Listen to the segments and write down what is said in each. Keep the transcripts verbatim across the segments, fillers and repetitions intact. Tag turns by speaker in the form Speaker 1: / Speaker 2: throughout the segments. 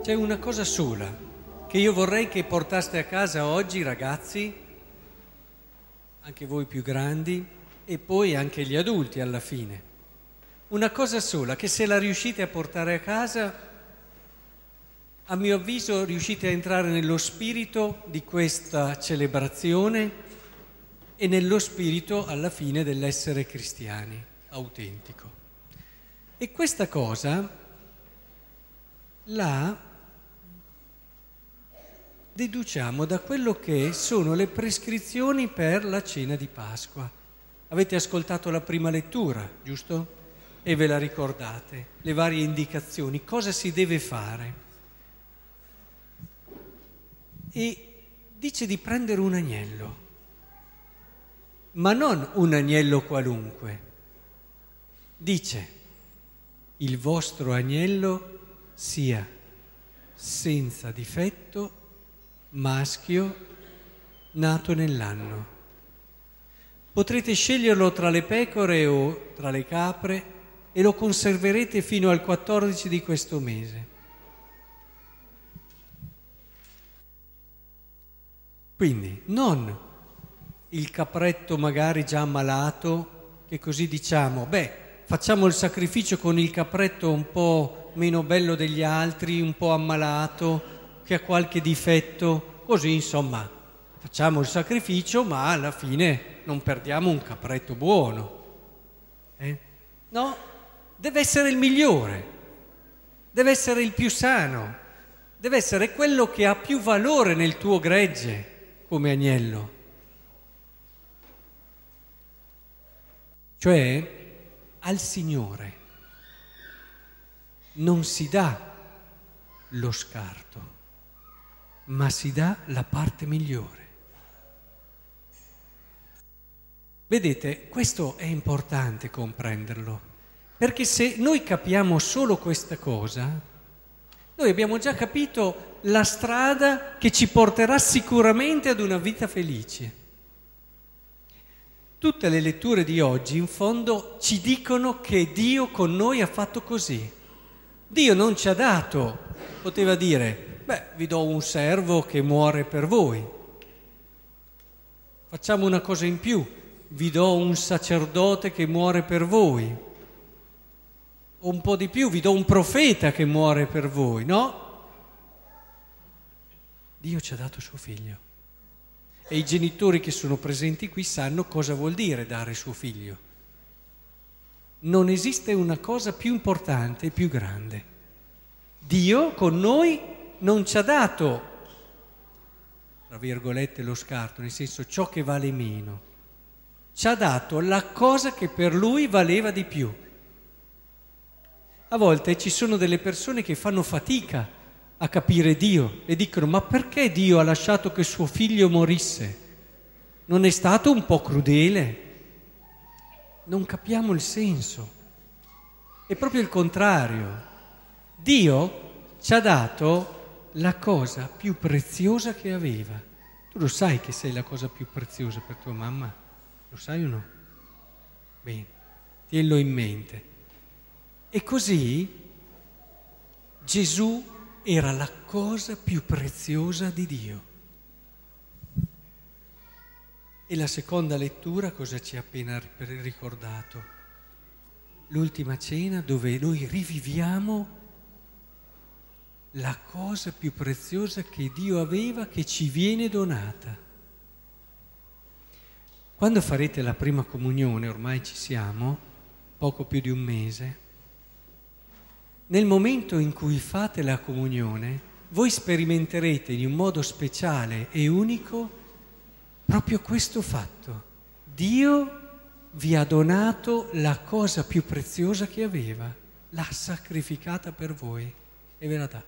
Speaker 1: C'è una cosa sola che io vorrei che portaste a casa oggi, ragazzi, anche voi più grandi, e poi anche gli adulti alla fine. Una cosa sola che se la riuscite a portare a casa, a mio avviso riuscite a entrare nello spirito di questa celebrazione e nello spirito alla fine dell'essere cristiani, autentico. E questa cosa la deduciamo da quello che sono le prescrizioni per la cena di Pasqua. Avete ascoltato la prima lettura, giusto? E ve la ricordate, le varie indicazioni, cosa si deve fare. E dice di prendere un agnello, ma non un agnello qualunque. Dice, il vostro agnello sia senza difetto, maschio, nato nell'anno. Potrete sceglierlo tra le pecore o tra le capre e lo conserverete fino al quattordici di questo mese. Quindi non il capretto magari già ammalato, che così diciamo, beh, facciamo il sacrificio con il capretto un po' meno bello degli altri, un po' ammalato, che ha qualche difetto, così insomma facciamo il sacrificio ma alla fine non perdiamo un capretto buono. Eh? No, deve essere il migliore, deve essere il più sano, deve essere quello che ha più valore nel tuo gregge come agnello. Cioè al Signore non si dà lo scarto, ma si dà la parte migliore. Vedete, questo è importante comprenderlo, perché se noi capiamo solo questa cosa, noi abbiamo già capito la strada che ci porterà sicuramente ad una vita felice. Tutte le letture di oggi, in fondo, ci dicono che Dio con noi ha fatto così. Dio non ci ha dato, poteva dire, beh, vi do un servo che muore per voi. Facciamo una cosa in più, vi do un sacerdote che muore per voi. O un po' di più, vi do un profeta che muore per voi, no? Dio ci ha dato suo figlio. E i genitori che sono presenti qui sanno cosa vuol dire dare suo figlio. Non esiste una cosa più importante e più grande. Dio con noi non ci ha dato, tra virgolette, lo scarto, nel senso ciò che vale meno. Ci ha dato la cosa che per lui valeva di più. A volte ci sono delle persone che fanno fatica a capire Dio e dicono, ma perché Dio ha lasciato che suo figlio morisse? Non è stato un po' crudele? Non capiamo il senso. È proprio il contrario. Dio ci ha dato la cosa più preziosa che aveva. Tu lo sai che sei la cosa più preziosa per tua mamma? Lo sai o no? Bene, tienilo in mente. E così Gesù era la cosa più preziosa di Dio. E la seconda lettura cosa ci ha appena ricordato? L'ultima cena dove noi riviviamo la cosa più preziosa che Dio aveva, che ci viene donata. Quando farete la prima comunione, ormai ci siamo, poco più di un mese, nel momento in cui fate la comunione, voi sperimenterete in un modo speciale e unico proprio questo fatto. Dio vi ha donato la cosa più preziosa che aveva, l'ha sacrificata per voi e ve la dà.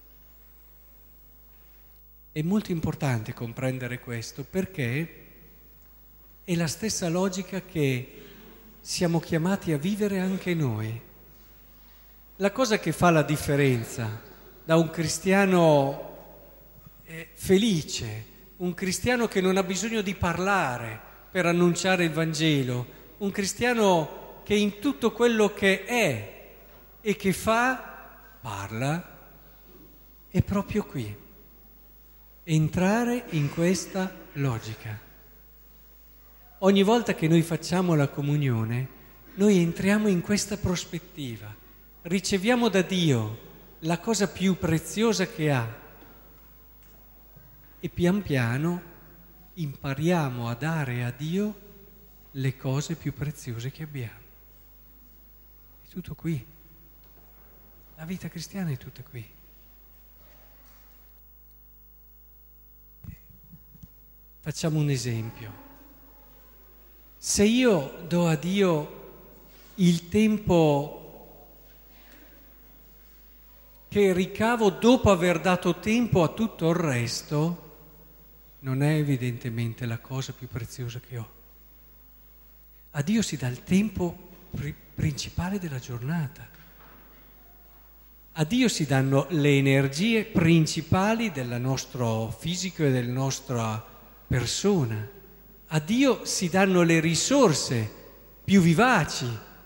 Speaker 1: È molto importante comprendere questo perché è la stessa logica che siamo chiamati a vivere anche noi. La cosa che fa la differenza da un cristiano eh, felice, un cristiano che non ha bisogno di parlare per annunciare il Vangelo, un cristiano che in tutto quello che è e che fa parla, è proprio qui, entrare in questa logica. Ogni volta che noi facciamo la comunione, noi entriamo in questa prospettiva, riceviamo da Dio la cosa più preziosa che ha e pian piano impariamo a dare a Dio le cose più preziose che abbiamo. È tutto qui. La vita cristiana è tutta qui. Facciamo un esempio. Se io do a Dio il tempo che ricavo dopo aver dato tempo a tutto il resto, non è evidentemente la cosa più preziosa che ho. A Dio si dà il tempo pri- principale della giornata. A Dio si danno le energie principali del nostro fisico e della nostra persona. A Dio si danno le risorse più vivaci,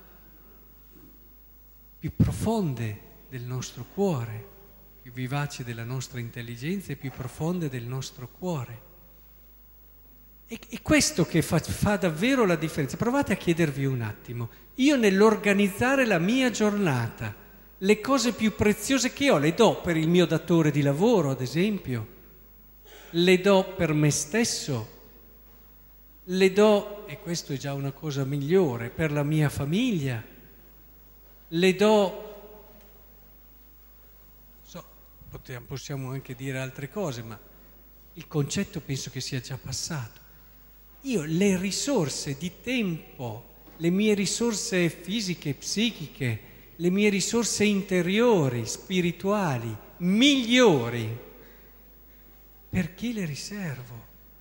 Speaker 1: più profonde del nostro cuore, più vivaci della nostra intelligenza e più profonde del nostro cuore. E, e questo che fa, fa davvero la differenza. Provate a chiedervi un attimo, io nell'organizzare la mia giornata, le cose più preziose che ho le do per il mio datore di lavoro, ad esempio, le do per me stesso, le do, e questo è già una cosa migliore, per la mia famiglia, le do, so, potiamo, possiamo anche dire altre cose, ma il concetto penso che sia già passato. Io le risorse di tempo, le mie risorse fisiche, psichiche, le mie risorse interiori, spirituali, migliori, per chi le riservo?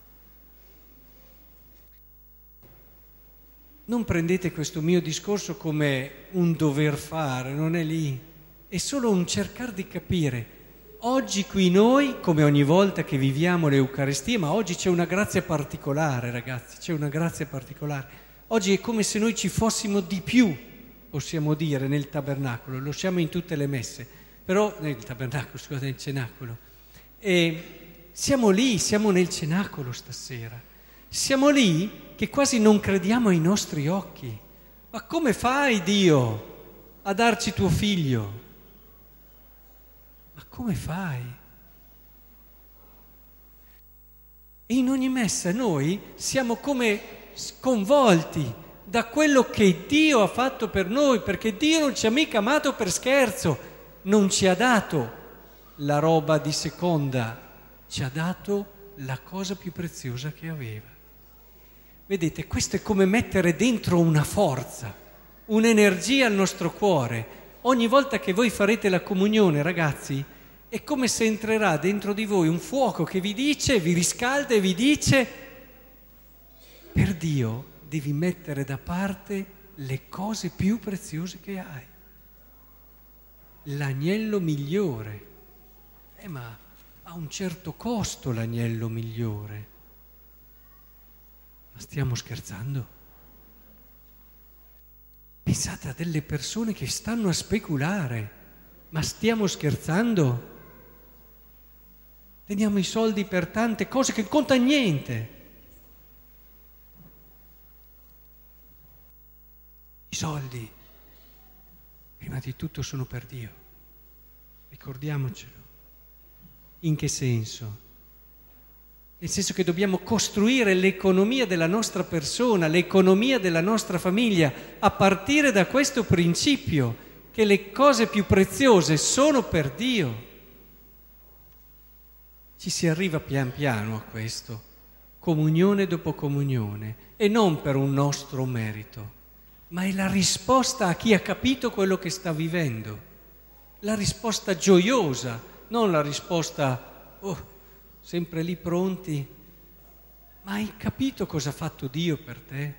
Speaker 1: Non prendete questo mio discorso come un dover fare, non è lì, è solo un cercare di capire. Oggi qui noi, come ogni volta che viviamo l'Eucaristia, ma oggi c'è una grazia particolare, ragazzi, c'è una grazia particolare. Oggi è come se noi ci fossimo di più, possiamo dire, nel tabernacolo, lo siamo in tutte le messe, però nel tabernacolo, scusate, nel cenacolo. E siamo lì, siamo nel cenacolo stasera. Siamo lì che quasi non crediamo ai nostri occhi. Ma come fai, Dio, a darci tuo figlio? Ma come fai? E in ogni messa noi siamo come sconvolti da quello che Dio ha fatto per noi, perché Dio non ci ha mica amato per scherzo, non ci ha dato la roba di seconda, ci ha dato la cosa più preziosa che aveva. Vedete, questo è come mettere dentro una forza, un'energia al nostro cuore. Ogni volta che voi farete la comunione, ragazzi, è come se entrerà dentro di voi un fuoco che vi dice, vi riscalda e vi dice: per Dio devi mettere da parte le cose più preziose che hai. L'agnello migliore. Eh, ma ha un certo costo l'agnello migliore. Ma stiamo scherzando? Pensate a delle persone che stanno a speculare. Ma stiamo scherzando? Teniamo i soldi per tante cose che conta niente. I soldi, prima di tutto, sono per Dio. Ricordiamocelo. In che senso? Nel senso che dobbiamo costruire l'economia della nostra persona, l'economia della nostra famiglia, a partire da questo principio, che le cose più preziose sono per Dio. Ci si arriva pian piano a questo, comunione dopo comunione, e non per un nostro merito, ma è la risposta a chi ha capito quello che sta vivendo, la risposta gioiosa, non la risposta, oh, sempre lì pronti. Ma hai capito cosa ha fatto Dio per te?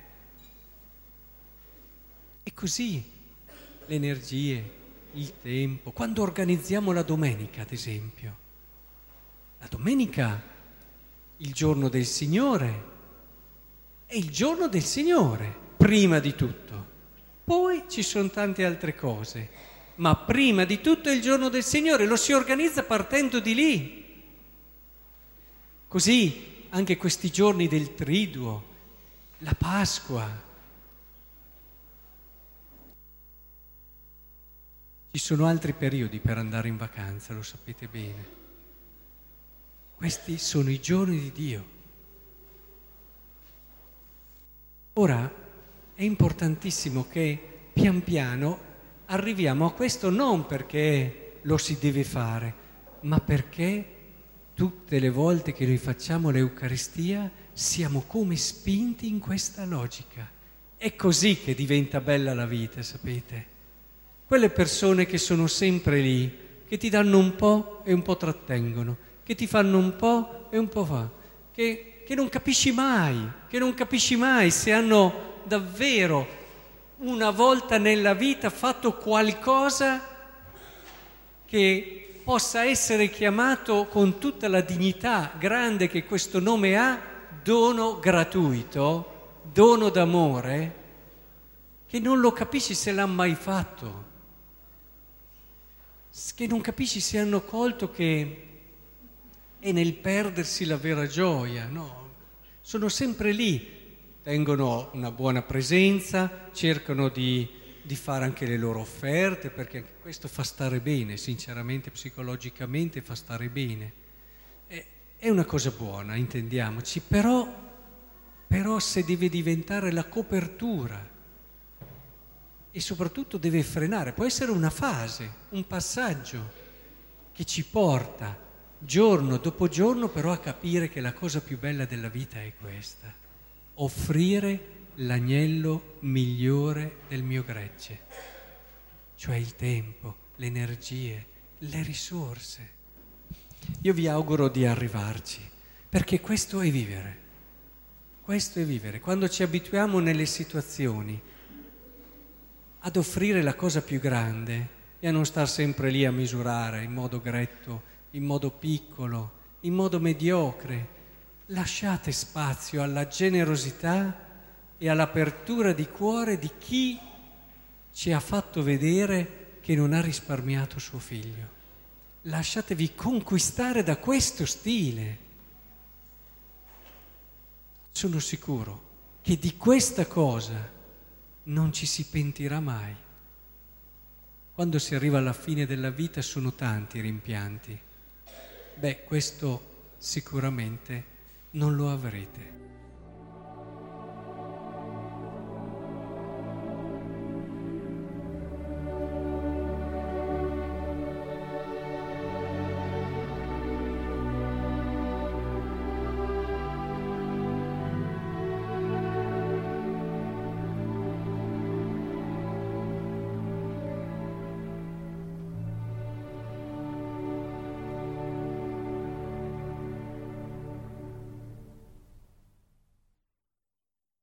Speaker 1: E così le energie, il tempo, quando organizziamo la domenica, ad esempio. La domenica, il giorno del Signore, è il giorno del Signore, prima di tutto. Poi ci sono tante altre cose, ma prima di tutto è il giorno del Signore, lo si organizza partendo di lì. Così anche questi giorni del Triduo, la Pasqua. Ci sono altri periodi per andare in vacanza, lo sapete bene. Questi sono i giorni di Dio. Ora è importantissimo che pian piano arriviamo a questo non perché lo si deve fare, ma perché tutte le volte che noi facciamo l'Eucaristia siamo come spinti in questa logica. È così che diventa bella la vita, sapete? Quelle persone che sono sempre lì, che ti danno un po' e un po' trattengono, che ti fanno un po' e un po' fa, che, che non capisci mai, che non capisci mai se hanno davvero una volta nella vita fatto qualcosa che possa essere chiamato con tutta la dignità grande che questo nome ha, dono gratuito, dono d'amore, che non lo capisci se l'hanno mai fatto, che non capisci se hanno colto che è nel perdersi la vera gioia, no? Sono sempre lì, tengono una buona presenza, cercano di, di fare anche le loro offerte, perché anche questo fa stare bene, sinceramente, psicologicamente fa stare bene. È, è una cosa buona, intendiamoci, però, però se deve diventare la copertura e soprattutto deve frenare, può essere una fase, un passaggio che ci porta giorno dopo giorno però a capire che la cosa più bella della vita è questa: offrire l'agnello migliore del mio gregge, cioè il tempo, le energie, le risorse. Io vi auguro di arrivarci, perché questo è vivere, questo è vivere. Quando ci abituiamo nelle situazioni ad offrire la cosa più grande e a non star sempre lì a misurare in modo gretto, in modo piccolo, in modo mediocre, lasciate spazio alla generosità e all'apertura di cuore di chi ci ha fatto vedere che non ha risparmiato suo figlio. Lasciatevi conquistare da questo stile. Sono sicuro che di questa cosa non ci si pentirà mai. Quando si arriva alla fine della vita sono tanti i rimpianti. Beh, questo sicuramente non lo avrete.